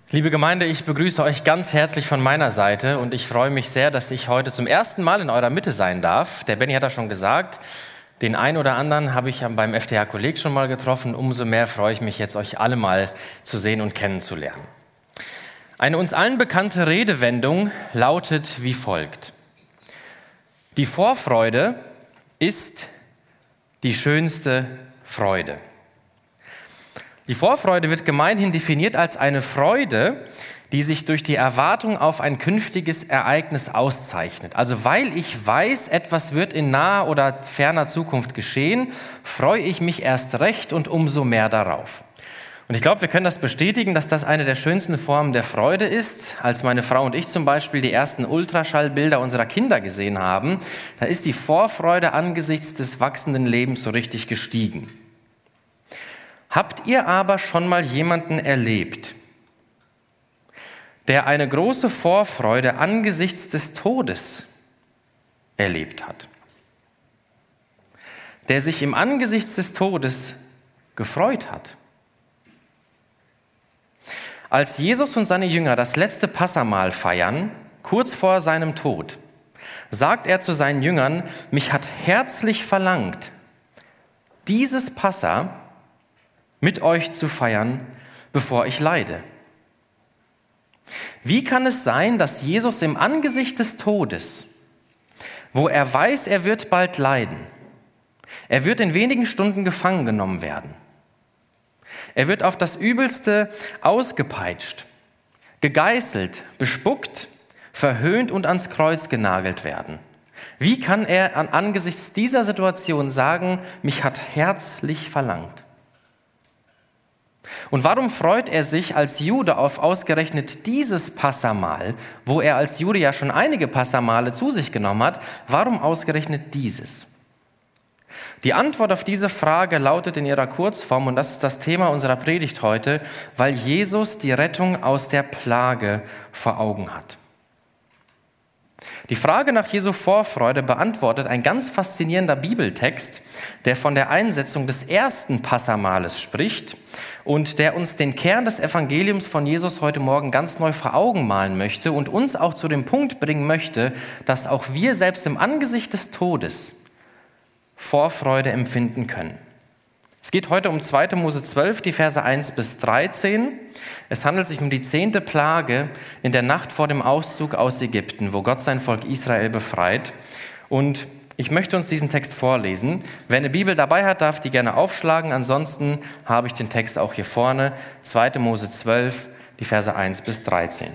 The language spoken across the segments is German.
Liebe Gemeinde, ich begrüße euch ganz herzlich von meiner Seite und ich freue mich sehr, dass ich heute zum ersten Mal in eurer Mitte sein darf. Der Benny hat das schon gesagt, den einen oder anderen habe ich beim FTH-Kolleg schon mal getroffen. Umso mehr freue ich mich jetzt, euch alle mal zu sehen und kennenzulernen. Eine uns allen bekannte Redewendung lautet wie folgt: Die Vorfreude ist die schönste Freude. Die Vorfreude wird gemeinhin definiert als eine Freude, die sich durch die Erwartung auf ein künftiges Ereignis auszeichnet. Also weil ich weiß, etwas wird in naher oder ferner Zukunft geschehen, freue ich mich erst recht und umso mehr darauf. Und ich glaube, wir können das bestätigen, dass das eine der schönsten Formen der Freude ist. Als meine Frau und ich zum Beispiel die ersten Ultraschallbilder unserer Kinder gesehen haben, da ist die Vorfreude angesichts des wachsenden Lebens so richtig gestiegen. Habt ihr aber schon mal jemanden erlebt, der eine große Vorfreude angesichts des Todes erlebt hat? Der sich im Angesicht des Todes gefreut hat? Als Jesus und seine Jünger das letzte Passahmahl feiern, kurz vor seinem Tod, sagt er zu seinen Jüngern: Mich hat herzlich verlangt, dieses Passa mit euch zu feiern, bevor ich leide. Wie kann es sein, dass Jesus im Angesicht des Todes, wo er weiß, er wird bald leiden, er wird in wenigen Stunden gefangen genommen werden, er wird auf das Übelste ausgepeitscht, gegeißelt, bespuckt, verhöhnt und ans Kreuz genagelt werden? Wie kann er angesichts dieser Situation sagen: Mich hat herzlich verlangt? Und warum freut er sich als Jude auf ausgerechnet dieses Passahmahl, wo er als Jude ja schon einige Passamale zu sich genommen hat? Warum ausgerechnet dieses? Die Antwort auf diese Frage lautet in ihrer Kurzform, und das ist das Thema unserer Predigt heute: weil Jesus die Rettung aus der Plage vor Augen hat. Die Frage nach Jesu Vorfreude beantwortet ein ganz faszinierender Bibeltext, der von der Einsetzung des ersten Passamales spricht und der uns den Kern des Evangeliums von Jesus heute Morgen ganz neu vor Augen malen möchte und uns auch zu dem Punkt bringen möchte, dass auch wir selbst im Angesicht des Todes Vorfreude empfinden können. Es geht heute um 2. Mose 12, die Verse 1 bis 13. Es handelt sich um die 10. Plage in der Nacht vor dem Auszug aus Ägypten, wo Gott sein Volk Israel befreit. Und ich möchte uns diesen Text vorlesen. Wer eine Bibel dabei hat, darf die gerne aufschlagen. Ansonsten habe ich den Text auch hier vorne. 2. Mose 12, die Verse 1 bis 13.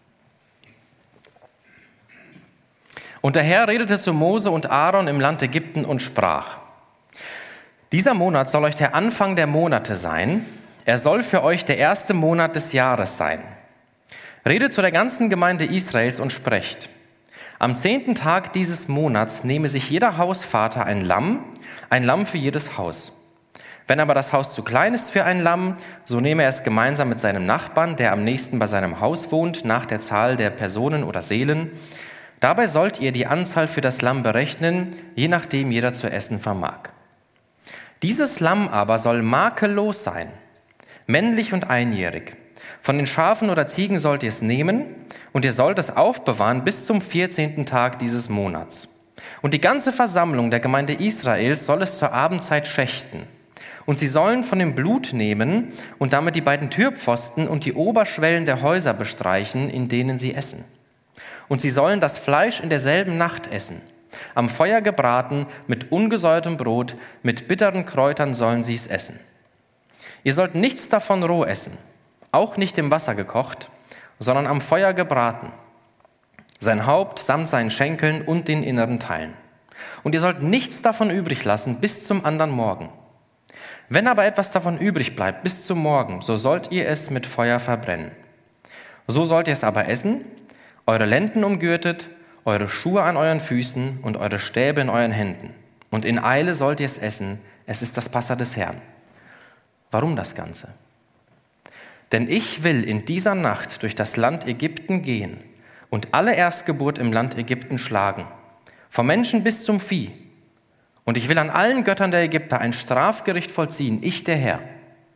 Und der Herr redete zu Mose und Aaron im Land Ägypten und sprach: Dieser Monat soll euch der Anfang der Monate sein. Er soll für euch der erste Monat des Jahres sein. Redet zu der ganzen Gemeinde Israels und sprecht: Am 10. Tag dieses Monats nehme sich jeder Hausvater ein Lamm für jedes Haus. Wenn aber das Haus zu klein ist für ein Lamm, so nehme er es gemeinsam mit seinem Nachbarn, der am nächsten bei seinem Haus wohnt, nach der Zahl der Personen oder Seelen. Dabei sollt ihr die Anzahl für das Lamm berechnen, je nachdem jeder zu essen vermag. Dieses Lamm aber soll makellos sein, männlich und einjährig. Von den Schafen oder Ziegen sollt ihr es nehmen und ihr sollt es aufbewahren bis zum 14. Tag dieses Monats. Und die ganze Versammlung der Gemeinde Israels soll es zur Abendzeit schächten. Und sie sollen von dem Blut nehmen und damit die beiden Türpfosten und die Oberschwellen der Häuser bestreichen, in denen sie essen. Und sie sollen das Fleisch in derselben Nacht essen. Am Feuer gebraten, mit ungesäuertem Brot, mit bitteren Kräutern sollen sie es essen. Ihr sollt nichts davon roh essen, auch nicht im Wasser gekocht, sondern am Feuer gebraten, sein Haupt samt seinen Schenkeln und den inneren Teilen. Und ihr sollt nichts davon übrig lassen bis zum anderen Morgen. Wenn aber etwas davon übrig bleibt bis zum Morgen, so sollt ihr es mit Feuer verbrennen. So sollt ihr es aber essen, eure Lenden umgürtet, eure Schuhe an euren Füßen und eure Stäbe in euren Händen. Und in Eile sollt ihr es essen, es ist das Passa des Herrn. Warum das Ganze? Denn ich will in dieser Nacht durch das Land Ägypten gehen und alle Erstgeburt im Land Ägypten schlagen, vom Menschen bis zum Vieh. Und ich will an allen Göttern der Ägypter ein Strafgericht vollziehen, ich der Herr.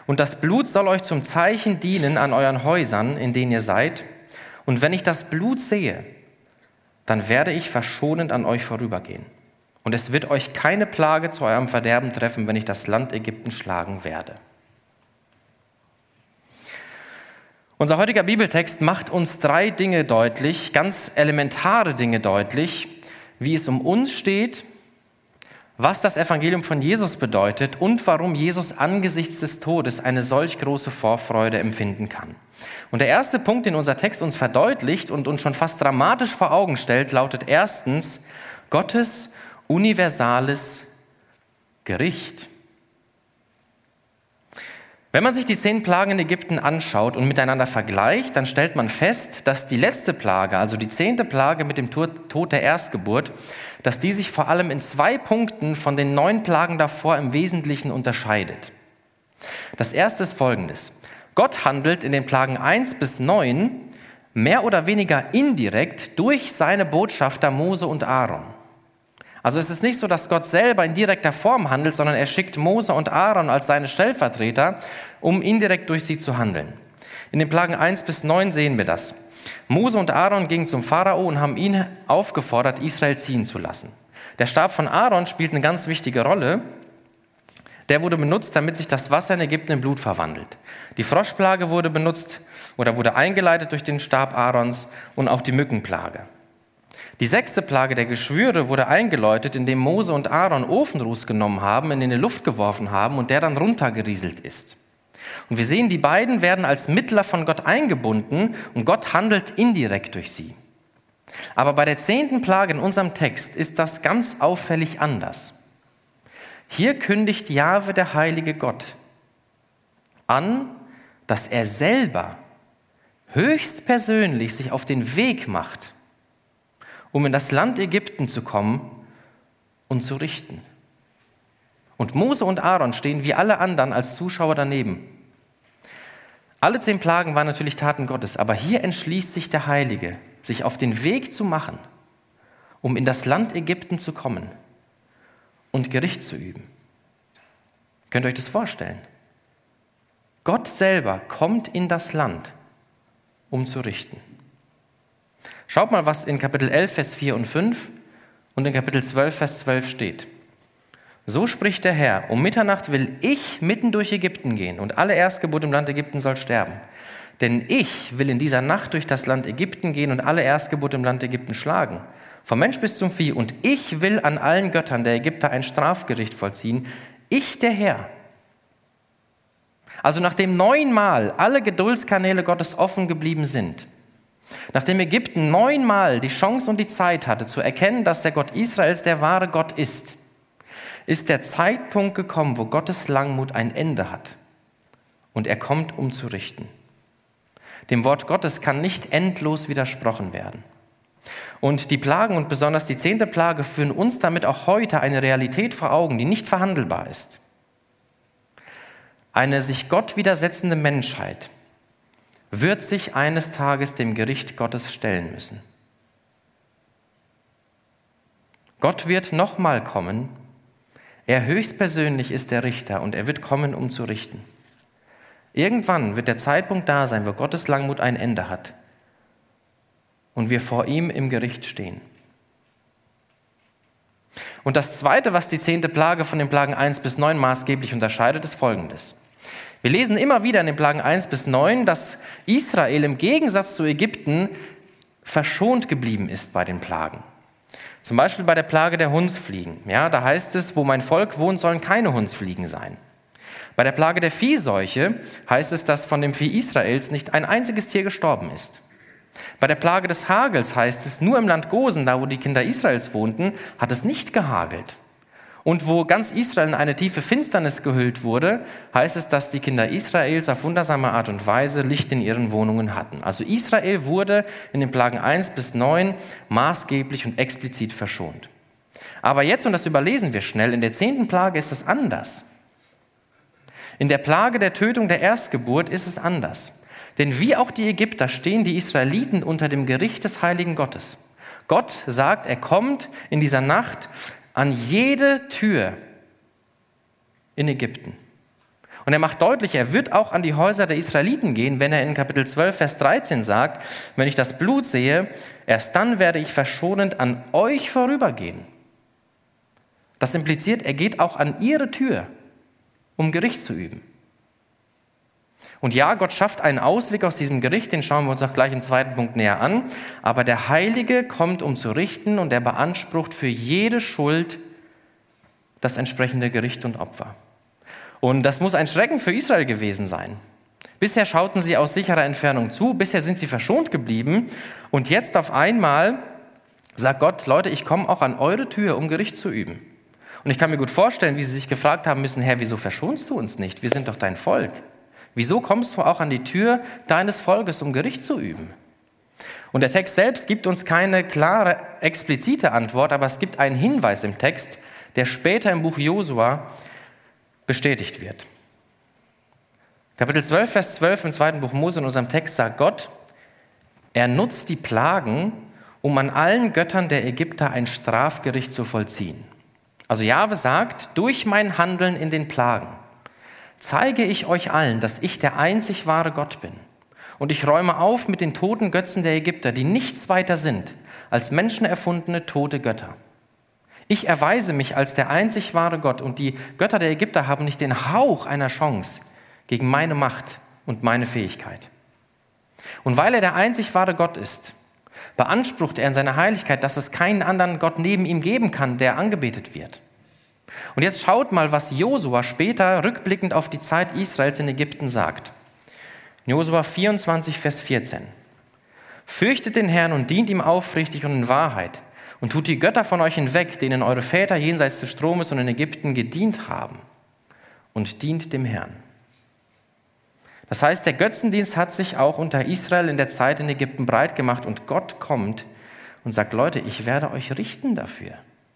Und das Blut soll euch zum Zeichen dienen an euren Häusern, in denen ihr seid. Und wenn ich das Blut sehe, dann werde ich verschonend an euch vorübergehen. Und es wird euch keine Plage zu eurem Verderben treffen, wenn ich das Land Ägypten schlagen werde. Unser heutiger Bibeltext macht uns 3 Dinge deutlich, ganz elementare Dinge deutlich, wie es um uns steht, was das Evangelium von Jesus bedeutet und warum Jesus angesichts des Todes eine solch große Vorfreude empfinden kann. Und der erste Punkt, den unser Text uns verdeutlicht und uns schon fast dramatisch vor Augen stellt, lautet erstens Gottes universales Gericht. Wenn man sich die 10 Plagen in Ägypten anschaut und miteinander vergleicht, dann stellt man fest, dass die letzte Plage, also die 10. Plage mit dem Tod der Erstgeburt, dass die sich vor allem in 2 Punkten von den 9 Plagen davor im Wesentlichen unterscheidet. Das erste ist folgendes. Gott handelt in den Plagen 1 bis 9 mehr oder weniger indirekt durch seine Botschafter Mose und Aaron. Also es ist nicht so, dass Gott selber in direkter Form handelt, sondern er schickt Mose und Aaron als seine Stellvertreter, um indirekt durch sie zu handeln. In den Plagen 1 bis 9 sehen wir das. Mose und Aaron gingen zum Pharao und haben ihn aufgefordert, Israel ziehen zu lassen. Der Stab von Aaron spielt eine ganz wichtige Rolle. Der wurde benutzt, damit sich das Wasser in Ägypten in Blut verwandelt. Die Froschplage wurde benutzt oder wurde eingeleitet durch den Stab Aarons und auch die Mückenplage. Die 6. Plage der Geschwüre wurde eingeläutet, indem Mose und Aaron Ofenruß genommen haben, in die Luft geworfen haben und der dann runtergerieselt ist. Und wir sehen, die beiden werden als Mittler von Gott eingebunden und Gott handelt indirekt durch sie. Aber bei der 10. Plage in unserem Text ist das ganz auffällig anders. Hier kündigt Jahwe, der heilige Gott, an, dass er selber höchstpersönlich sich auf den Weg macht, um in das Land Ägypten zu kommen und zu richten. Und Mose und Aaron stehen wie alle anderen als Zuschauer daneben. Alle 10 Plagen waren natürlich Taten Gottes, aber hier entschließt sich der Heilige, sich auf den Weg zu machen, um in das Land Ägypten zu kommen und Gericht zu üben. Könnt ihr euch das vorstellen? Gott selber kommt in das Land, um zu richten. Schaut mal, was in Kapitel 11, Vers 4 und 5 und in Kapitel 12, Vers 12 steht. So spricht der Herr, um Mitternacht will ich mitten durch Ägypten gehen und alle Erstgeburt im Land Ägypten soll sterben. Denn ich will in dieser Nacht durch das Land Ägypten gehen und alle Erstgeburt im Land Ägypten schlagen. Vom Mensch bis zum Vieh. Und ich will an allen Göttern der Ägypter ein Strafgericht vollziehen. Ich, der Herr. Also nachdem 9-mal alle Geduldskanäle Gottes offen geblieben sind, nachdem Ägypten 9-mal die Chance und die Zeit hatte, zu erkennen, dass der Gott Israels der wahre Gott ist der Zeitpunkt gekommen, wo Gottes Langmut ein Ende hat. Und er kommt, um zu richten. Dem Wort Gottes kann nicht endlos widersprochen werden. Und die Plagen und besonders die 10. Plage führen uns damit auch heute eine Realität vor Augen, die nicht verhandelbar ist. Eine sich Gott widersetzende Menschheit wird sich eines Tages dem Gericht Gottes stellen müssen. Gott wird nochmal kommen. Er höchstpersönlich ist der Richter und er wird kommen, um zu richten. Irgendwann wird der Zeitpunkt da sein, wo Gottes Langmut ein Ende hat und wir vor ihm im Gericht stehen. Und das Zweite, was die 10. Plage von den Plagen 1 bis 9 maßgeblich unterscheidet, ist Folgendes. Wir lesen immer wieder in den Plagen 1 bis 9, dass Israel im Gegensatz zu Ägypten verschont geblieben ist bei den Plagen. Zum Beispiel bei der Plage der Hundsfliegen. Ja, da heißt es, wo mein Volk wohnt, sollen keine Hundsfliegen sein. Bei der Plage der Viehseuche heißt es, dass von dem Vieh Israels nicht ein einziges Tier gestorben ist. Bei der Plage des Hagels heißt es, nur im Land Gosen, da wo die Kinder Israels wohnten, hat es nicht gehagelt. Und wo ganz Israel in eine tiefe Finsternis gehüllt wurde, heißt es, dass die Kinder Israels auf wundersame Art und Weise Licht in ihren Wohnungen hatten. Also Israel wurde in den Plagen 1 bis 9 maßgeblich und explizit verschont. Aber jetzt, und das überlesen wir schnell, in der 10. Plage ist es anders. In der Plage der Tötung der Erstgeburt ist es anders. Denn wie auch die Ägypter stehen die Israeliten unter dem Gericht des heiligen Gottes. Gott sagt, er kommt in dieser Nacht an jede Tür in Ägypten. Und er macht deutlich, er wird auch an die Häuser der Israeliten gehen, wenn er in Kapitel 12, Vers 13 sagt, wenn ich das Blut sehe, erst dann werde ich verschonend an euch vorübergehen. Das impliziert, er geht auch an ihre Tür, um Gericht zu üben. Und ja, Gott schafft einen Ausweg aus diesem Gericht, den schauen wir uns auch gleich im zweiten Punkt näher an. Aber der Heilige kommt, um zu richten, und er beansprucht für jede Schuld das entsprechende Gericht und Opfer. Und das muss ein Schrecken für Israel gewesen sein. Bisher schauten sie aus sicherer Entfernung zu, bisher sind sie verschont geblieben. Und jetzt auf einmal sagt Gott, Leute, ich komme auch an eure Tür, um Gericht zu üben. Und ich kann mir gut vorstellen, wie sie sich gefragt haben müssen, Herr, wieso verschonst du uns nicht? Wir sind doch dein Volk. Wieso kommst du auch an die Tür deines Volkes, um Gericht zu üben? Und der Text selbst gibt uns keine klare, explizite Antwort, aber es gibt einen Hinweis im Text, der später im Buch Josua bestätigt wird. Kapitel 12, Vers 12 im zweiten Buch Mose in unserem Text sagt Gott, er nutzt die Plagen, um an allen Göttern der Ägypter ein Strafgericht zu vollziehen. Also Jahwe sagt, durch mein Handeln in den Plagen zeige ich euch allen, dass ich der einzig wahre Gott bin. Und ich räume auf mit den toten Götzen der Ägypter, die nichts weiter sind als menschenerfundene tote Götter. Ich erweise mich als der einzig wahre Gott und die Götter der Ägypter haben nicht den Hauch einer Chance gegen meine Macht und meine Fähigkeit. Und weil er der einzig wahre Gott ist, beansprucht er in seiner Heiligkeit, dass es keinen anderen Gott neben ihm geben kann, der angebetet wird. Und jetzt schaut mal, was Josua später rückblickend auf die Zeit Israels in Ägypten sagt. Josua 24, Vers 14. Fürchtet den Herrn und dient ihm aufrichtig und in Wahrheit und tut die Götter von euch hinweg, denen eure Väter jenseits des Stromes und in Ägypten gedient haben, und dient dem Herrn. Das heißt, der Götzendienst hat sich auch unter Israel in der Zeit in Ägypten breit gemacht und Gott kommt und sagt, Leute, ich werde euch richten dafür.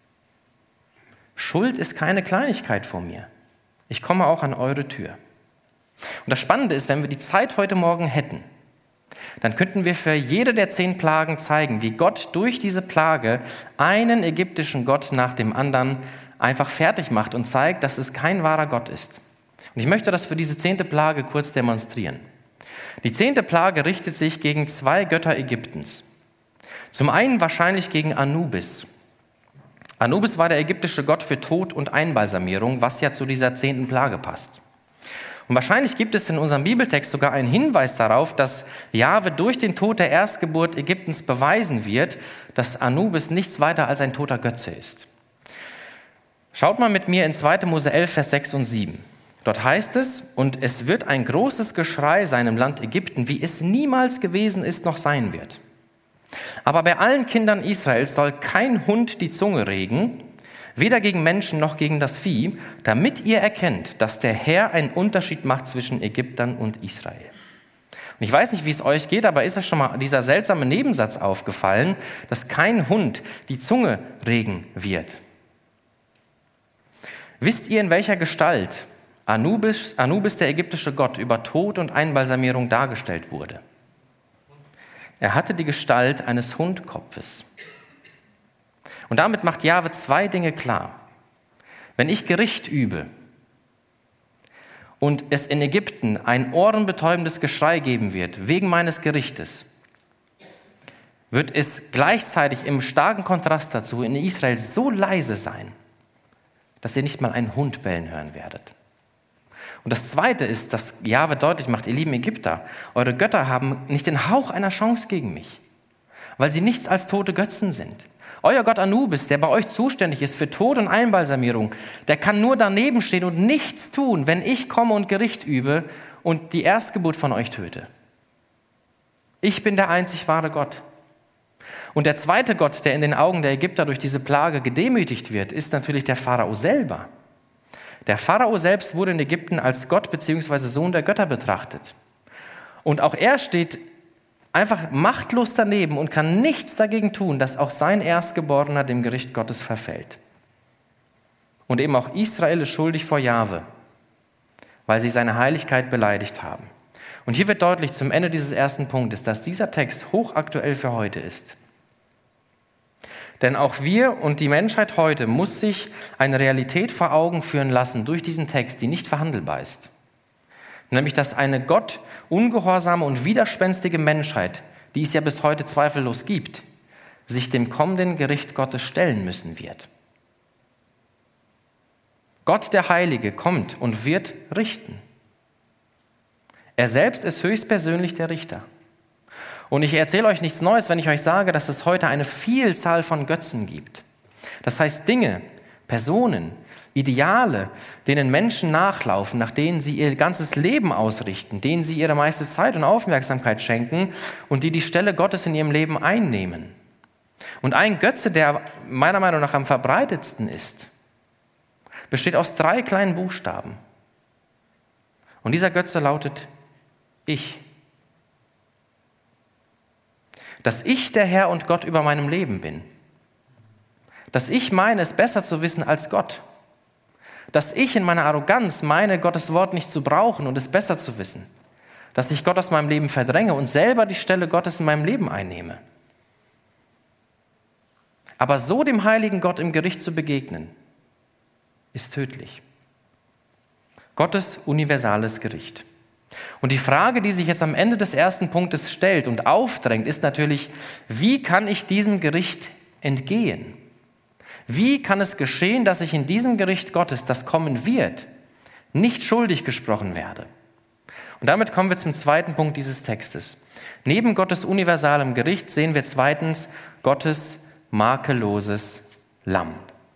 Schuld ist keine Kleinigkeit vor mir. Ich komme auch an eure Tür. Und das Spannende ist, wenn wir die Zeit heute Morgen hätten, dann könnten wir für jede der 10 Plagen zeigen, wie Gott durch diese Plage einen ägyptischen Gott nach dem anderen einfach fertig macht und zeigt, dass es kein wahrer Gott ist. Und ich möchte das für diese 10. Plage kurz demonstrieren. Die 10. Plage richtet sich gegen 2 Götter Ägyptens. Zum einen wahrscheinlich gegen Anubis. Anubis war der ägyptische Gott für Tod und Einbalsamierung, was ja zu dieser 10. Plage passt. Und wahrscheinlich gibt es in unserem Bibeltext sogar einen Hinweis darauf, dass Jahwe durch den Tod der Erstgeburt Ägyptens beweisen wird, dass Anubis nichts weiter als ein toter Götze ist. Schaut mal mit mir in 2. Mose 11, Vers 6 und 7. Dort heißt es, und es wird ein großes Geschrei sein im Land Ägypten, wie es niemals gewesen ist noch sein wird. Aber bei allen Kindern Israels soll kein Hund die Zunge regen, weder gegen Menschen noch gegen das Vieh, damit ihr erkennt, dass der Herr einen Unterschied macht zwischen Ägyptern und Israel. Und ich weiß nicht, wie es euch geht, aber ist euch schon mal dieser seltsame Nebensatz aufgefallen, dass kein Hund die Zunge regen wird? Wisst ihr, in welcher Gestalt Anubis, der ägyptische Gott, über Tod und Einbalsamierung dargestellt wurde? Er hatte die Gestalt eines Hundkopfes. Und damit macht Jahwe 2 Dinge klar. Wenn ich Gericht übe und es in Ägypten ein ohrenbetäubendes Geschrei geben wird, wegen meines Gerichtes, wird es gleichzeitig im starken Kontrast dazu in Israel so leise sein, dass ihr nicht mal einen Hund bellen hören werdet. Und das Zweite ist, dass Jahwe deutlich macht, ihr lieben Ägypter, eure Götter haben nicht den Hauch einer Chance gegen mich, weil sie nichts als tote Götzen sind. Euer Gott Anubis, der bei euch zuständig ist für Tod und Einbalsamierung, der kann nur daneben stehen und nichts tun, wenn ich komme und Gericht übe und die Erstgeburt von euch töte. Ich bin der einzig wahre Gott. Und der zweite Gott, der in den Augen der Ägypter durch diese Plage gedemütigt wird, ist natürlich der Pharao selber. Der Pharao selbst wurde in Ägypten als Gott bzw. Sohn der Götter betrachtet. Und auch er steht einfach machtlos daneben und kann nichts dagegen tun, dass auch sein Erstgeborener dem Gericht Gottes verfällt. Und eben auch Israel ist schuldig vor Jahwe, weil sie seine Heiligkeit beleidigt haben. Und hier wird deutlich zum Ende dieses ersten Punktes, dass dieser Text hochaktuell für heute ist. Denn auch wir und die Menschheit heute muss sich eine Realität vor Augen führen lassen durch diesen Text, die nicht verhandelbar ist. nämlich dass eine Gott ungehorsame und widerspenstige Menschheit, die es ja bis heute zweifellos gibt, sich dem kommenden Gericht Gottes stellen müssen wird. Gott, der Heilige, kommt und wird richten. Er selbst ist höchstpersönlich der Richter. Und ich erzähle euch nichts Neues, wenn ich euch sage, dass es heute eine Vielzahl von Götzen gibt. Das heißt Dinge, Personen, Ideale, denen Menschen nachlaufen, nach denen sie ihr ganzes Leben ausrichten, denen sie ihre meiste Zeit und Aufmerksamkeit schenken und die die Stelle Gottes in ihrem Leben einnehmen. Und ein Götze, der meiner Meinung nach am verbreitetsten ist, besteht aus 3 kleinen Buchstaben. Und dieser Götze lautet Ich. Dass ich der Herr und Gott über meinem Leben bin. Dass ich meine, es besser zu wissen als Gott. Dass ich in meiner Arroganz meine, Gottes Wort nicht zu brauchen und es besser zu wissen. Dass ich Gott aus meinem Leben verdränge und selber die Stelle Gottes in meinem Leben einnehme. Aber so dem heiligen Gott im Gericht zu begegnen, ist tödlich. Gottes universales Gericht. Und die Frage, die sich jetzt am Ende des ersten Punktes stellt und aufdrängt, ist natürlich, wie kann ich diesem Gericht entgehen? Wie kann es geschehen, dass ich in diesem Gericht Gottes, das kommen wird, nicht schuldig gesprochen werde? Und damit kommen wir zum zweiten Punkt dieses Textes. Neben Gottes universalem Gericht sehen wir zweitens Gottes makelloses Lamm.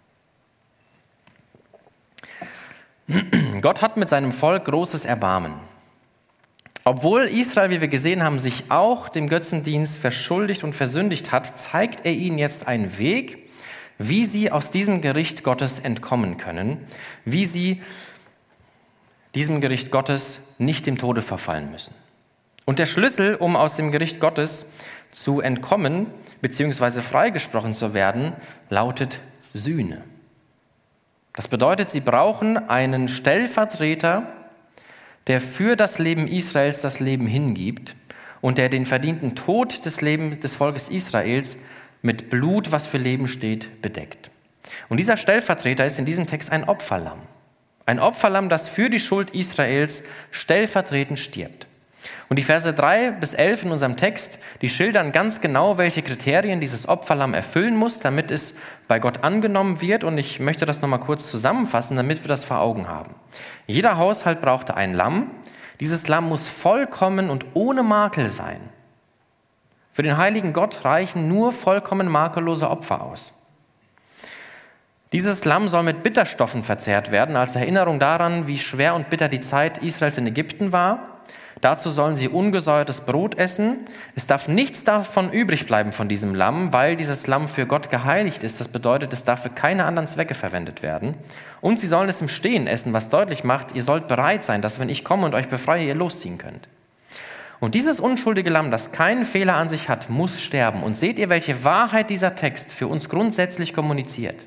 Gott hat mit seinem Volk großes Erbarmen. Obwohl Israel, wie wir gesehen haben, sich auch dem Götzendienst verschuldigt und versündigt hat, zeigt er ihnen jetzt einen Weg, wie sie aus diesem Gericht Gottes entkommen können, wie sie diesem Gericht Gottes nicht dem Tode verfallen müssen. Und der Schlüssel, um aus dem Gericht Gottes zu entkommen bzw. freigesprochen zu werden, lautet Sühne. Das bedeutet, sie brauchen einen Stellvertreter, der für das Leben Israels das Leben hingibt und der den verdienten Tod des Volkes Israels mit Blut, was für Leben steht, bedeckt. Und dieser Stellvertreter ist in diesem Text ein Opferlamm. Ein Opferlamm, das für die Schuld Israels stellvertretend stirbt. Und die Verse 3 bis 11 in unserem Text, die schildern ganz genau, welche Kriterien dieses Opferlamm erfüllen muss, damit es bei Gott angenommen wird. Und ich möchte das nochmal kurz zusammenfassen, damit wir das vor Augen haben. Jeder Haushalt brauchte ein Lamm. Dieses Lamm muss vollkommen und ohne Makel sein. Für den heiligen Gott reichen nur vollkommen makellose Opfer aus. Dieses Lamm soll mit Bitterstoffen verzehrt werden, als Erinnerung daran, wie schwer und bitter die Zeit Israels in Ägypten war. Dazu sollen sie ungesäuertes Brot essen. Es darf nichts davon übrig bleiben von diesem Lamm, weil dieses Lamm für Gott geheiligt ist. Das bedeutet, es darf für keine anderen Zwecke verwendet werden. Und sie sollen es im Stehen essen, was deutlich macht, ihr sollt bereit sein, dass wenn ich komme und euch befreie, ihr losziehen könnt. Und dieses unschuldige Lamm, das keinen Fehler an sich hat, muss sterben. Und seht ihr, welche Wahrheit dieser Text für uns grundsätzlich kommuniziert?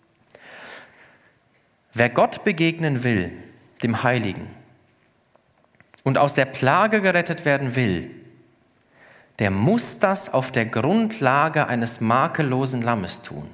Wer Gott begegnen will, dem Heiligen, und aus der Plage gerettet werden will, der muss das auf der Grundlage eines makellosen Lammes tun.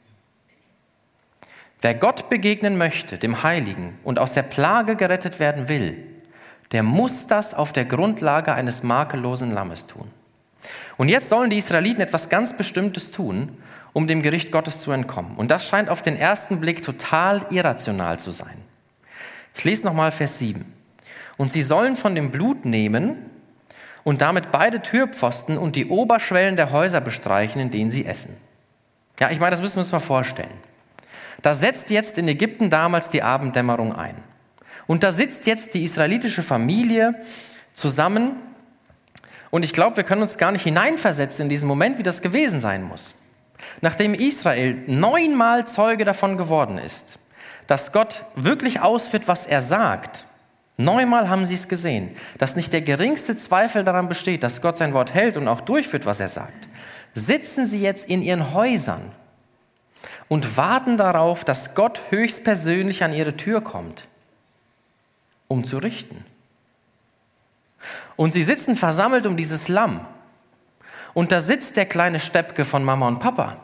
Wer Gott begegnen möchte, dem Heiligen, und aus der Plage gerettet werden will, der muss das auf der Grundlage eines makellosen Lammes tun. Und jetzt sollen die Israeliten etwas ganz Bestimmtes tun, um dem Gericht Gottes zu entkommen. Und das scheint auf den ersten Blick total irrational zu sein. Ich lese nochmal Vers 7. Und sie sollen von dem Blut nehmen und damit beide Türpfosten und die Oberschwellen der Häuser bestreichen, in denen sie essen. Ja, ich meine, das müssen wir uns mal vorstellen. Da setzt jetzt in Ägypten damals die Abenddämmerung ein. Und da sitzt jetzt die israelitische Familie zusammen. Und ich glaube, wir können uns gar nicht hineinversetzen in diesen Moment, wie das gewesen sein muss. Nachdem Israel 9-mal Zeuge davon geworden ist, dass Gott wirklich ausführt, was er sagt, 9-mal haben sie es gesehen, dass nicht der geringste Zweifel daran besteht, dass Gott sein Wort hält und auch durchführt, was er sagt, sitzen sie jetzt in ihren Häusern und warten darauf, dass Gott höchstpersönlich an ihre Tür kommt, um zu richten. Und sie sitzen versammelt um dieses Lamm. Und da sitzt der kleine Steppke von Mama und Papa,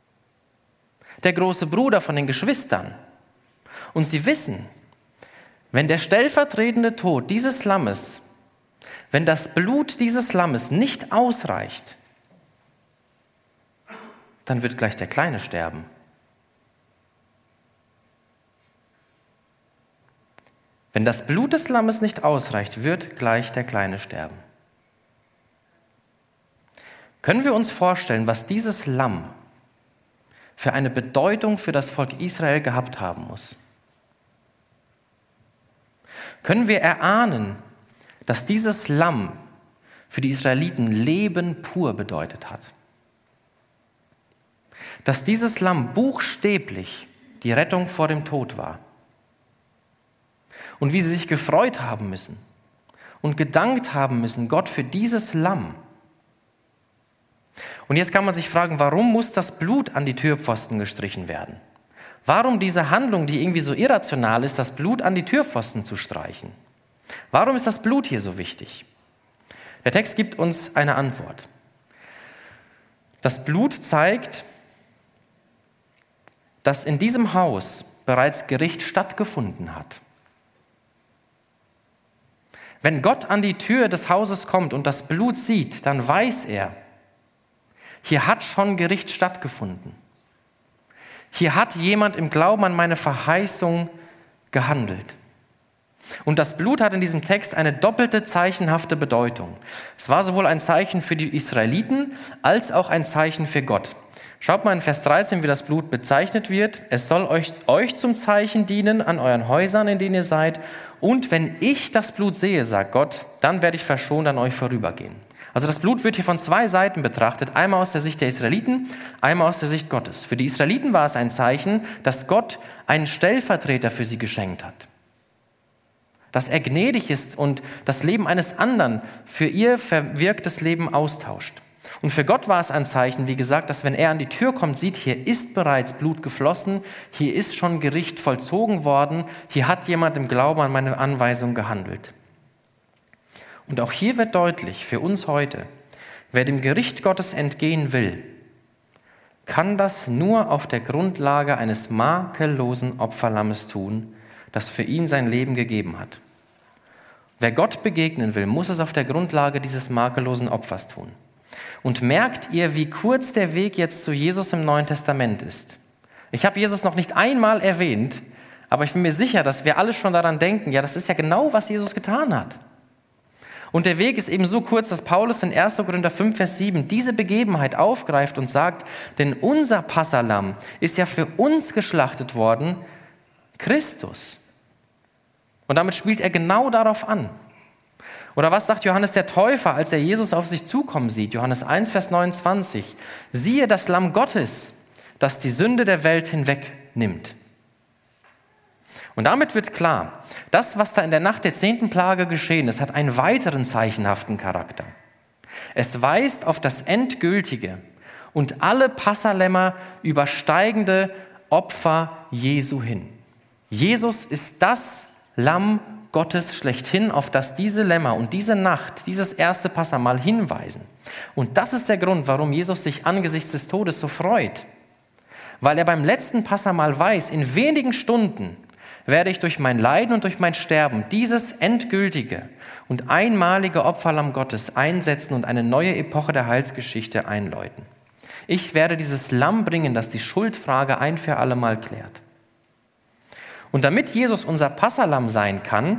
der große Bruder von den Geschwistern. Und sie wissen, wenn der stellvertretende Tod dieses Lammes, wenn das Blut dieses Lammes nicht ausreicht, dann wird gleich der Kleine sterben. Wenn das Blut des Lammes nicht ausreicht, wird gleich der Kleine sterben. Können wir uns vorstellen, was dieses Lamm für eine Bedeutung für das Volk Israel gehabt haben muss? Können wir erahnen, dass dieses Lamm für die Israeliten Leben pur bedeutet hat? Dass dieses Lamm buchstäblich die Rettung vor dem Tod war? Und wie sie sich gefreut haben müssen und gedankt haben müssen, Gott, für dieses Lamm. Und jetzt kann man sich fragen, warum muss das Blut an die Türpfosten gestrichen werden? Warum diese Handlung, die irgendwie so irrational ist, das Blut an die Türpfosten zu streichen? Warum ist das Blut hier so wichtig? Der Text gibt uns eine Antwort. Das Blut zeigt, dass in diesem Haus bereits Gericht stattgefunden hat. Wenn Gott an die Tür des Hauses kommt und das Blut sieht, dann weiß er, hier hat schon Gericht stattgefunden. Hier hat jemand im Glauben an meine Verheißung gehandelt. Und das Blut hat in diesem Text eine doppelte zeichenhafte Bedeutung. Es war sowohl ein Zeichen für die Israeliten als auch ein Zeichen für Gott. Schaut mal in Vers 13, wie das Blut bezeichnet wird. Es soll euch zum Zeichen dienen an euren Häusern, in denen ihr seid. Und wenn ich das Blut sehe, sagt Gott, dann werde ich verschont an euch vorübergehen. Also das Blut wird hier von zwei Seiten betrachtet, einmal aus der Sicht der Israeliten, einmal aus der Sicht Gottes. Für die Israeliten war es ein Zeichen, dass Gott einen Stellvertreter für sie geschenkt hat. Dass er gnädig ist und das Leben eines anderen für ihr verwirktes Leben austauscht. Und für Gott war es ein Zeichen, wie gesagt, dass wenn er an die Tür kommt, sieht, hier ist bereits Blut geflossen, hier ist schon Gericht vollzogen worden, hier hat jemand im Glauben an meine Anweisung gehandelt. Und auch hier wird deutlich für uns heute, wer dem Gericht Gottes entgehen will, kann das nur auf der Grundlage eines makellosen Opferlammes tun, das für ihn sein Leben gegeben hat. Wer Gott begegnen will, muss es auf der Grundlage dieses makellosen Opfers tun. Und merkt ihr, wie kurz der Weg jetzt zu Jesus im Neuen Testament ist? Ich habe Jesus noch nicht einmal erwähnt, aber ich bin mir sicher, dass wir alle schon daran denken, ja, das ist ja genau, was Jesus getan hat. Und der Weg ist eben so kurz, dass Paulus in 1. Korinther 5, Vers 7 diese Begebenheit aufgreift und sagt, denn unser Passahlamm ist ja für uns geschlachtet worden, Christus. Und damit spielt er genau darauf an. Oder was sagt Johannes der Täufer, als er Jesus auf sich zukommen sieht? Johannes 1, Vers 29. Siehe das Lamm Gottes, das die Sünde der Welt hinwegnimmt. Und damit wird klar, das, was da in der Nacht der 10. Plage geschehen ist, hat einen weiteren zeichenhaften Charakter. Es weist auf das endgültige und alle Passalämmer übersteigende Opfer Jesu hin. Jesus ist das Lamm Gottes schlechthin, auf das diese Lämmer und diese Nacht, dieses erste Passamal hinweisen. Und das ist der Grund, warum Jesus sich angesichts des Todes so freut. Weil er beim letzten Passamal weiß, in wenigen Stunden werde ich durch mein Leiden und durch mein Sterben dieses endgültige und einmalige Opferlamm Gottes einsetzen und eine neue Epoche der Heilsgeschichte einläuten. Ich werde dieses Lamm bringen, das die Schuldfrage ein für alle Mal klärt. Und damit Jesus unser Passahlamm sein kann,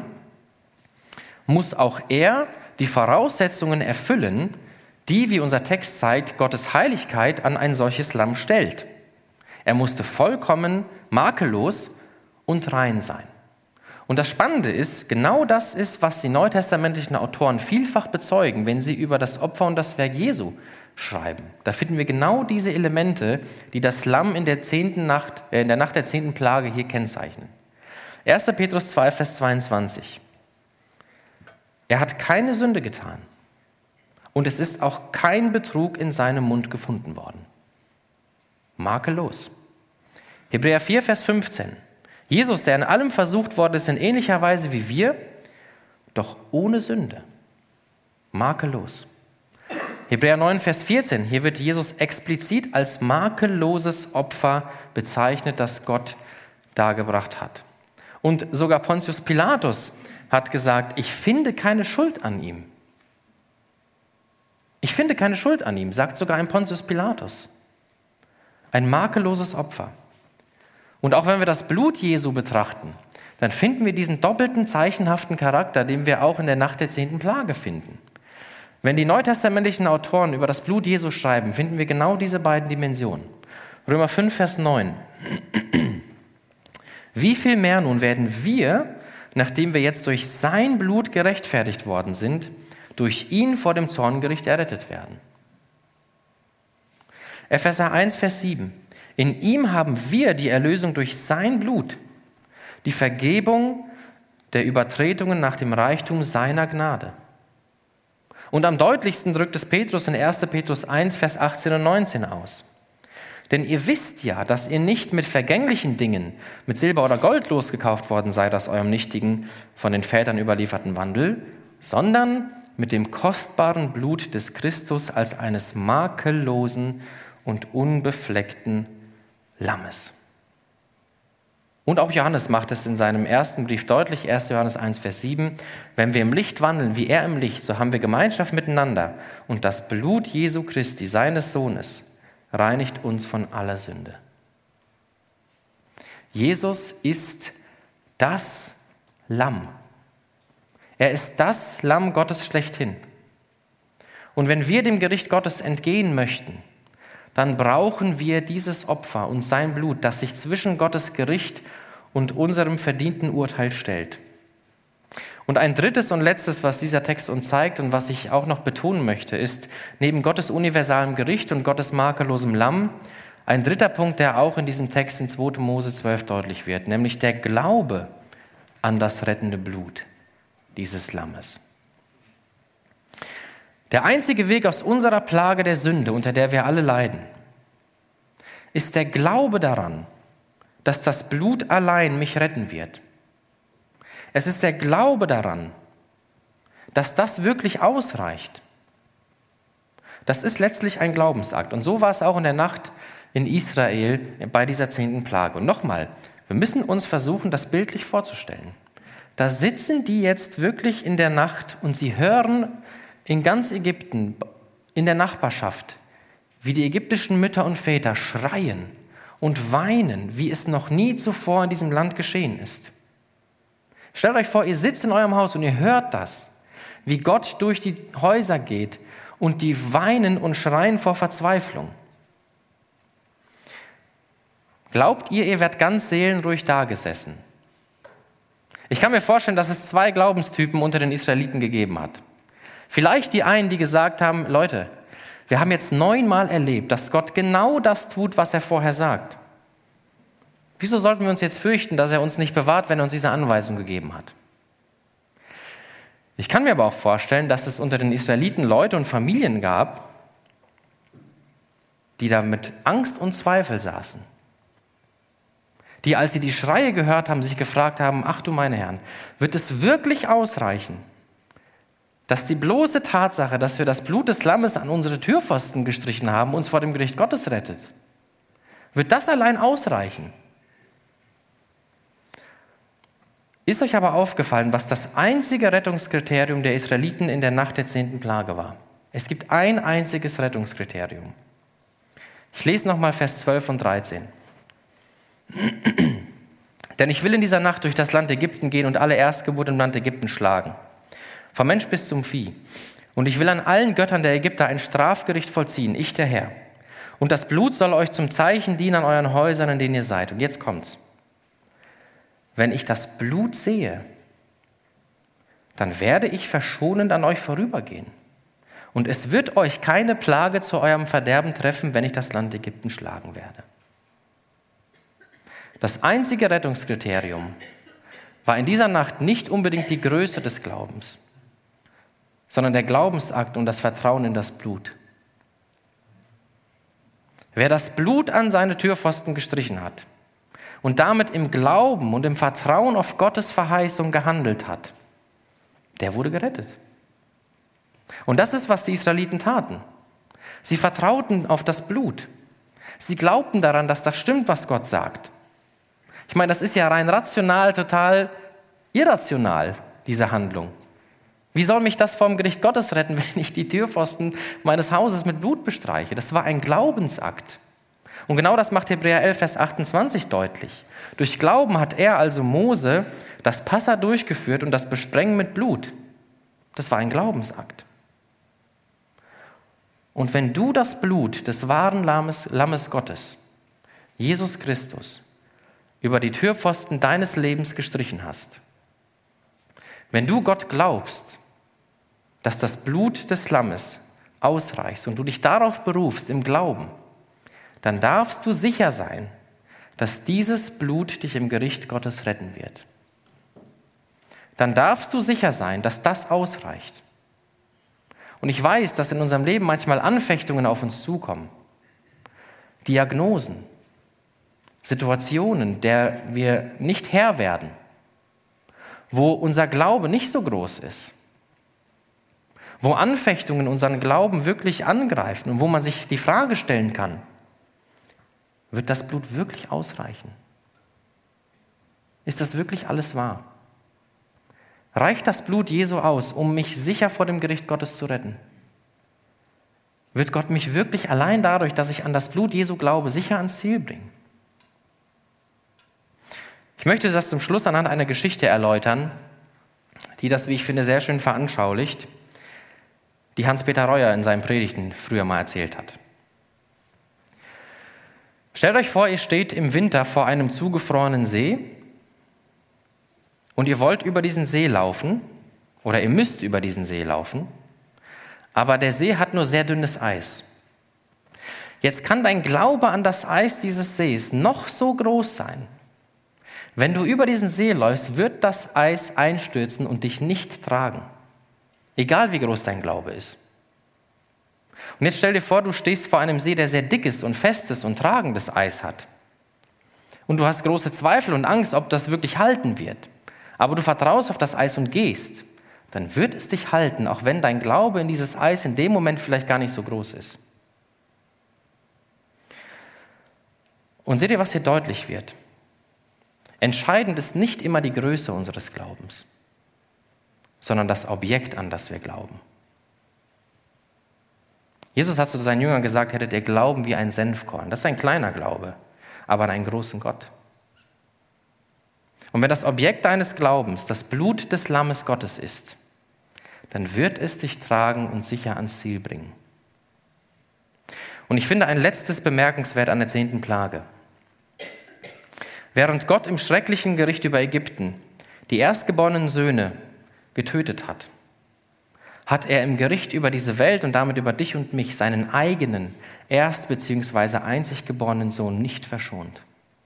muss auch er die Voraussetzungen erfüllen, die, wie unser Text zeigt, Gottes Heiligkeit an ein solches Lamm stellt. Er musste vollkommen, makellos und rein sein. Und das Spannende ist, genau das ist, was die neutestamentlichen Autoren vielfach bezeugen, wenn sie über das Opfer und das Werk Jesu schreiben. Da finden wir genau diese Elemente, die das Lamm in der Nacht der 10. Plage hier kennzeichnen. 1. Petrus 2, Vers 22. Er hat keine Sünde getan und es ist auch kein Betrug in seinem Mund gefunden worden. Makellos. Hebräer 4, Vers 15. Jesus, der in allem versucht worden ist, in ähnlicher Weise wie wir, doch ohne Sünde. Makellos. Hebräer 9, Vers 14. Hier wird Jesus explizit als makelloses Opfer bezeichnet, das Gott dargebracht hat. Und sogar Pontius Pilatus hat gesagt, ich finde keine Schuld an ihm. Ich finde keine Schuld an ihm, sagt sogar ein Pontius Pilatus. Ein makelloses Opfer. Und auch wenn wir das Blut Jesu betrachten, dann finden wir diesen doppelten, zeichenhaften Charakter, den wir auch in der Nacht der 10. Plage finden. Wenn die neutestamentlichen Autoren über das Blut Jesu schreiben, finden wir genau diese beiden Dimensionen. Römer 5, Vers 9. Wie viel mehr nun werden wir, nachdem wir jetzt durch sein Blut gerechtfertigt worden sind, durch ihn vor dem Zorngericht errettet werden? Epheser 1, Vers 7. In ihm haben wir die Erlösung durch sein Blut, die Vergebung der Übertretungen nach dem Reichtum seiner Gnade. Und am deutlichsten drückt es Petrus in 1. Petrus 1, Vers 18 und 19 aus. Denn ihr wisst ja, dass ihr nicht mit vergänglichen Dingen, mit Silber oder Gold losgekauft worden seid aus eurem nichtigen, von den Vätern überlieferten Wandel, sondern mit dem kostbaren Blut des Christus als eines makellosen und unbefleckten Lammes. Und auch Johannes macht es in seinem ersten Brief deutlich, 1. Johannes 1, Vers 7, wenn wir im Licht wandeln, wie er im Licht, so haben wir Gemeinschaft miteinander und das Blut Jesu Christi, seines Sohnes, reinigt uns von aller Sünde. Jesus ist das Lamm. Er ist das Lamm Gottes schlechthin. Und wenn wir dem Gericht Gottes entgehen möchten, dann brauchen wir dieses Opfer und sein Blut, das sich zwischen Gottes Gericht und unserem verdienten Urteil stellt. Und ein drittes und letztes, was dieser Text uns zeigt und was ich auch noch betonen möchte, ist neben Gottes universalem Gericht und Gottes makellosem Lamm ein dritter Punkt, der auch in diesem Text in 2. Mose 12 deutlich wird, nämlich der Glaube an das rettende Blut dieses Lammes. Der einzige Weg aus unserer Plage der Sünde, unter der wir alle leiden, ist der Glaube daran, dass das Blut allein mich retten wird. Es ist der Glaube daran, dass das wirklich ausreicht. Das ist letztlich ein Glaubensakt. Und so war es auch in der Nacht in Israel bei dieser 10. Plage. Und nochmal, wir müssen uns versuchen, das bildlich vorzustellen. Da sitzen die jetzt wirklich in der Nacht und sie hören in ganz Ägypten, in der Nachbarschaft, wie die ägyptischen Mütter und Väter schreien und weinen, wie es noch nie zuvor in diesem Land geschehen ist. Stellt euch vor, ihr sitzt in eurem Haus und ihr hört das, wie Gott durch die Häuser geht und die weinen und schreien vor Verzweiflung. Glaubt ihr, ihr werdet ganz seelenruhig dagesessen? Ich kann mir vorstellen, dass es 2 Glaubenstypen unter den Israeliten gegeben hat. Vielleicht die einen, die gesagt haben, Leute, wir haben jetzt 9-mal erlebt, dass Gott genau das tut, was er vorher sagt. Wieso sollten wir uns jetzt fürchten, dass er uns nicht bewahrt, wenn er uns diese Anweisung gegeben hat? Ich kann mir aber auch vorstellen, dass es unter den Israeliten Leute und Familien gab, die da mit Angst und Zweifel saßen. Die, als sie die Schreie gehört haben, sich gefragt haben, ach du meine Herren, wird es wirklich ausreichen, dass die bloße Tatsache, dass wir das Blut des Lammes an unsere Türpfosten gestrichen haben, uns vor dem Gericht Gottes rettet? Wird das allein ausreichen? Ist euch aber aufgefallen, was das einzige Rettungskriterium der Israeliten in der Nacht der 10. Plage war? Es gibt ein einziges Rettungskriterium. Ich lese nochmal Vers 12 und 13. Denn ich will in dieser Nacht durch das Land Ägypten gehen und alle Erstgeburt im Land Ägypten schlagen, vom Mensch bis zum Vieh. Und ich will an allen Göttern der Ägypter ein Strafgericht vollziehen, ich der Herr. Und das Blut soll euch zum Zeichen dienen an euren Häusern, in denen ihr seid. Und jetzt kommt's. Wenn ich das Blut sehe, dann werde ich verschonend an euch vorübergehen. Und es wird euch keine Plage zu eurem Verderben treffen, wenn ich das Land Ägypten schlagen werde. Das einzige Rettungskriterium war in dieser Nacht nicht unbedingt die Größe des Glaubens, sondern der Glaubensakt und das Vertrauen in das Blut. Wer das Blut an seine Türpfosten gestrichen hat und damit im Glauben und im Vertrauen auf Gottes Verheißung gehandelt hat, der wurde gerettet. Und das ist, was die Israeliten taten. Sie vertrauten auf das Blut. Sie glaubten daran, dass das stimmt, was Gott sagt. Ich meine, das ist ja rein rational total irrational, diese Handlung. Wie soll mich das vom Gericht Gottes retten, wenn ich die Türpfosten meines Hauses mit Blut bestreiche? Das war ein Glaubensakt. Und genau das macht Hebräer 11, Vers 28 deutlich. Durch Glauben hat er, also Mose, das Passa durchgeführt und das Besprengen mit Blut. Das war ein Glaubensakt. Und wenn du das Blut des wahren Lammes Gottes, Jesus Christus, über die Türpfosten deines Lebens gestrichen hast, wenn du Gott glaubst, dass das Blut des Lammes ausreicht und du dich darauf berufst im Glauben, dann darfst du sicher sein, dass dieses Blut dich im Gericht Gottes retten wird. Dann darfst du sicher sein, dass das ausreicht. Und ich weiß, dass in unserem Leben manchmal Anfechtungen auf uns zukommen, Diagnosen, Situationen, der wir nicht Herr werden, wo unser Glaube nicht so groß ist, wo Anfechtungen unseren Glauben wirklich angreifen und wo man sich die Frage stellen kann, wird das Blut wirklich ausreichen? Ist das wirklich alles wahr? Reicht das Blut Jesu aus, um mich sicher vor dem Gericht Gottes zu retten? Wird Gott mich wirklich allein dadurch, dass ich an das Blut Jesu glaube, sicher ans Ziel bringen? Ich möchte das zum Schluss anhand einer Geschichte erläutern, die das, wie ich finde, sehr schön veranschaulicht, die Hans-Peter Reuer in seinen Predigten früher mal erzählt hat. Stellt euch vor, ihr steht im Winter vor einem zugefrorenen See und ihr wollt über diesen See laufen oder ihr müsst über diesen See laufen, aber der See hat nur sehr dünnes Eis. Jetzt kann dein Glaube an das Eis dieses Sees noch so groß sein. Wenn du über diesen See läufst, wird das Eis einstürzen und dich nicht tragen. Egal wie groß dein Glaube ist. Und jetzt stell dir vor, du stehst vor einem See, der sehr dickes und festes und tragendes Eis hat. Und du hast große Zweifel und Angst, ob das wirklich halten wird. Aber du vertraust auf das Eis und gehst. Dann wird es dich halten, auch wenn dein Glaube in dieses Eis in dem Moment vielleicht gar nicht so groß ist. Und seht ihr, was hier deutlich wird? Entscheidend ist nicht immer die Größe unseres Glaubens, sondern das Objekt, an das wir glauben. Jesus hat zu seinen Jüngern gesagt, hättet ihr Glauben wie ein Senfkorn. Das ist ein kleiner Glaube, aber an einen großen Gott. Und wenn das Objekt deines Glaubens das Blut des Lammes Gottes ist, dann wird es dich tragen und sicher ans Ziel bringen. Und ich finde ein letztes bemerkenswert an der 10. Plage. Während Gott im schrecklichen Gericht über Ägypten die erstgeborenen Söhne getötet hat, hat er im Gericht über diese Welt und damit über dich und mich seinen eigenen erst- bzw. einzig geborenen Sohn nicht verschont.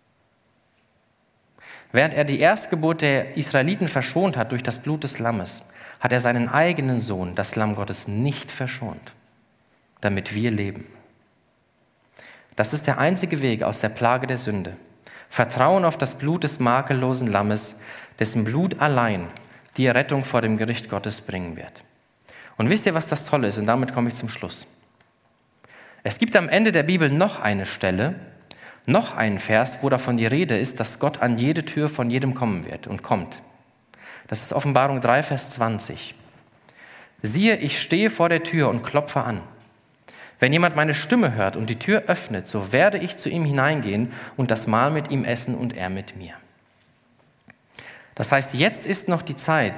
Während er die Erstgeburt der Israeliten verschont hat durch das Blut des Lammes, hat er seinen eigenen Sohn, das Lamm Gottes, nicht verschont, damit wir leben. Das ist der einzige Weg aus der Plage der Sünde. Vertrauen auf das Blut des makellosen Lammes, dessen Blut allein die Errettung vor dem Gericht Gottes bringen wird. Und wisst ihr, was das Tolle ist? Und damit komme ich zum Schluss. Es gibt am Ende der Bibel noch eine Stelle, noch einen Vers, wo davon die Rede ist, dass Gott an jede Tür von jedem kommen wird und kommt. Das ist Offenbarung 3, Vers 20. Siehe, ich stehe vor der Tür und klopfe an. Wenn jemand meine Stimme hört und die Tür öffnet, so werde ich zu ihm hineingehen und das Mahl mit ihm essen und er mit mir. Das heißt, jetzt ist noch die Zeit,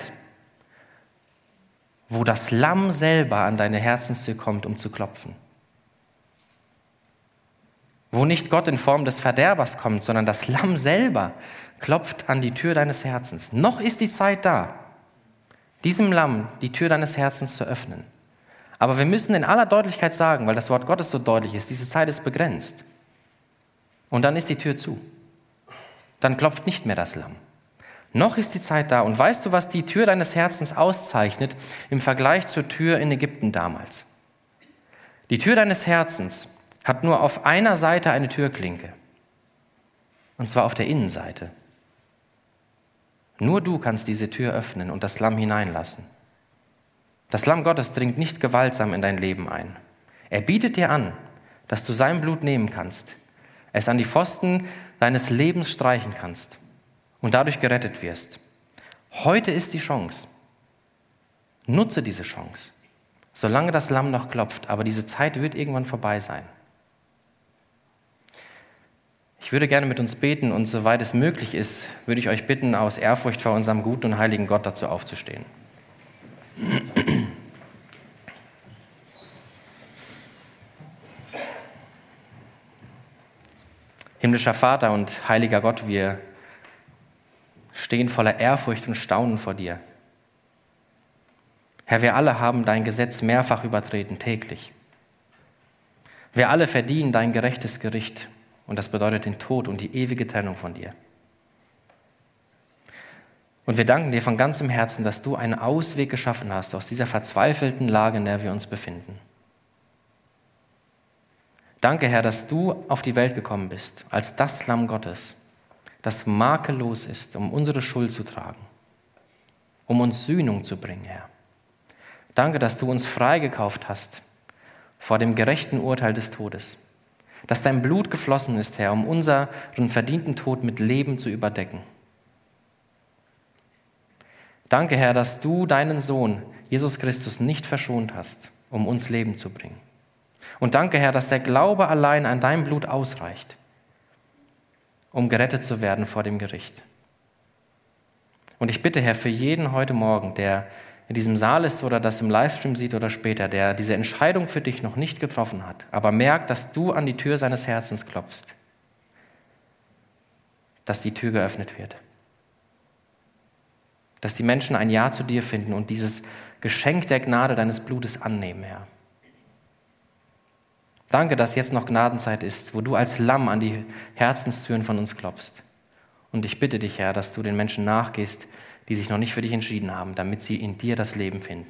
wo das Lamm selber an deine Herzenstür kommt, um zu klopfen. Wo nicht Gott in Form des Verderbers kommt, sondern das Lamm selber klopft an die Tür deines Herzens. Noch ist die Zeit da, diesem Lamm die Tür deines Herzens zu öffnen. Aber wir müssen in aller Deutlichkeit sagen, weil das Wort Gottes so deutlich ist, diese Zeit ist begrenzt. Und dann ist die Tür zu. Dann klopft nicht mehr das Lamm. Noch ist die Zeit da. Und weißt du, was die Tür deines Herzens auszeichnet im Vergleich zur Tür in Ägypten damals? Die Tür deines Herzens hat nur auf einer Seite eine Türklinke. Und zwar auf der Innenseite. Nur du kannst diese Tür öffnen und das Lamm hineinlassen. Das Lamm Gottes dringt nicht gewaltsam in dein Leben ein. Er bietet dir an, dass du sein Blut nehmen kannst, es an die Pfosten deines Lebens streichen kannst und dadurch gerettet wirst. Heute ist die Chance. Nutze diese Chance, solange das Lamm noch klopft, aber diese Zeit wird irgendwann vorbei sein. Ich würde gerne mit uns beten und soweit es möglich ist, würde ich euch bitten, aus Ehrfurcht vor unserem guten und heiligen Gott dazu aufzustehen. Himmlischer Vater und heiliger Gott, wir stehen voller Ehrfurcht und Staunen vor dir. Herr, wir alle haben dein Gesetz mehrfach übertreten, täglich. Wir alle verdienen dein gerechtes Gericht und das bedeutet den Tod und die ewige Trennung von dir. Und wir danken dir von ganzem Herzen, dass du einen Ausweg geschaffen hast aus dieser verzweifelten Lage, in der wir uns befinden. Danke, Herr, dass du auf die Welt gekommen bist, als das Lamm Gottes, das makellos ist, um unsere Schuld zu tragen, um uns Sühnung zu bringen, Herr. Danke, dass du uns freigekauft hast vor dem gerechten Urteil des Todes, dass dein Blut geflossen ist, Herr, um unseren verdienten Tod mit Leben zu überdecken. Danke, Herr, dass du deinen Sohn, Jesus Christus, nicht verschont hast, um uns Leben zu bringen. Und danke, Herr, dass der Glaube allein an dein Blut ausreicht, um gerettet zu werden vor dem Gericht. Und ich bitte, Herr, für jeden heute Morgen, der in diesem Saal ist oder das im Livestream sieht oder später, der diese Entscheidung für dich noch nicht getroffen hat, aber merkt, dass du an die Tür seines Herzens klopfst, dass die Tür geöffnet wird. Dass die Menschen ein Ja zu dir finden und dieses Geschenk der Gnade deines Blutes annehmen, Herr. Danke, dass jetzt noch Gnadenzeit ist, wo du als Lamm an die Herzenstüren von uns klopfst. Und ich bitte dich, Herr, dass du den Menschen nachgehst, die sich noch nicht für dich entschieden haben, damit sie in dir das Leben finden.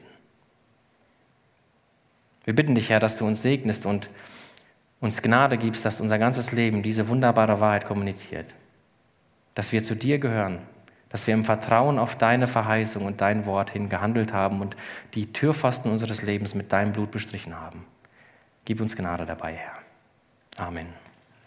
Wir bitten dich, Herr, dass du uns segnest und uns Gnade gibst, dass unser ganzes Leben diese wunderbare Wahrheit kommuniziert. Dass wir zu dir gehören, dass wir im Vertrauen auf deine Verheißung und dein Wort hin gehandelt haben und die Türpfosten unseres Lebens mit deinem Blut bestrichen haben. Gib uns Gnade dabei, Herr. Amen.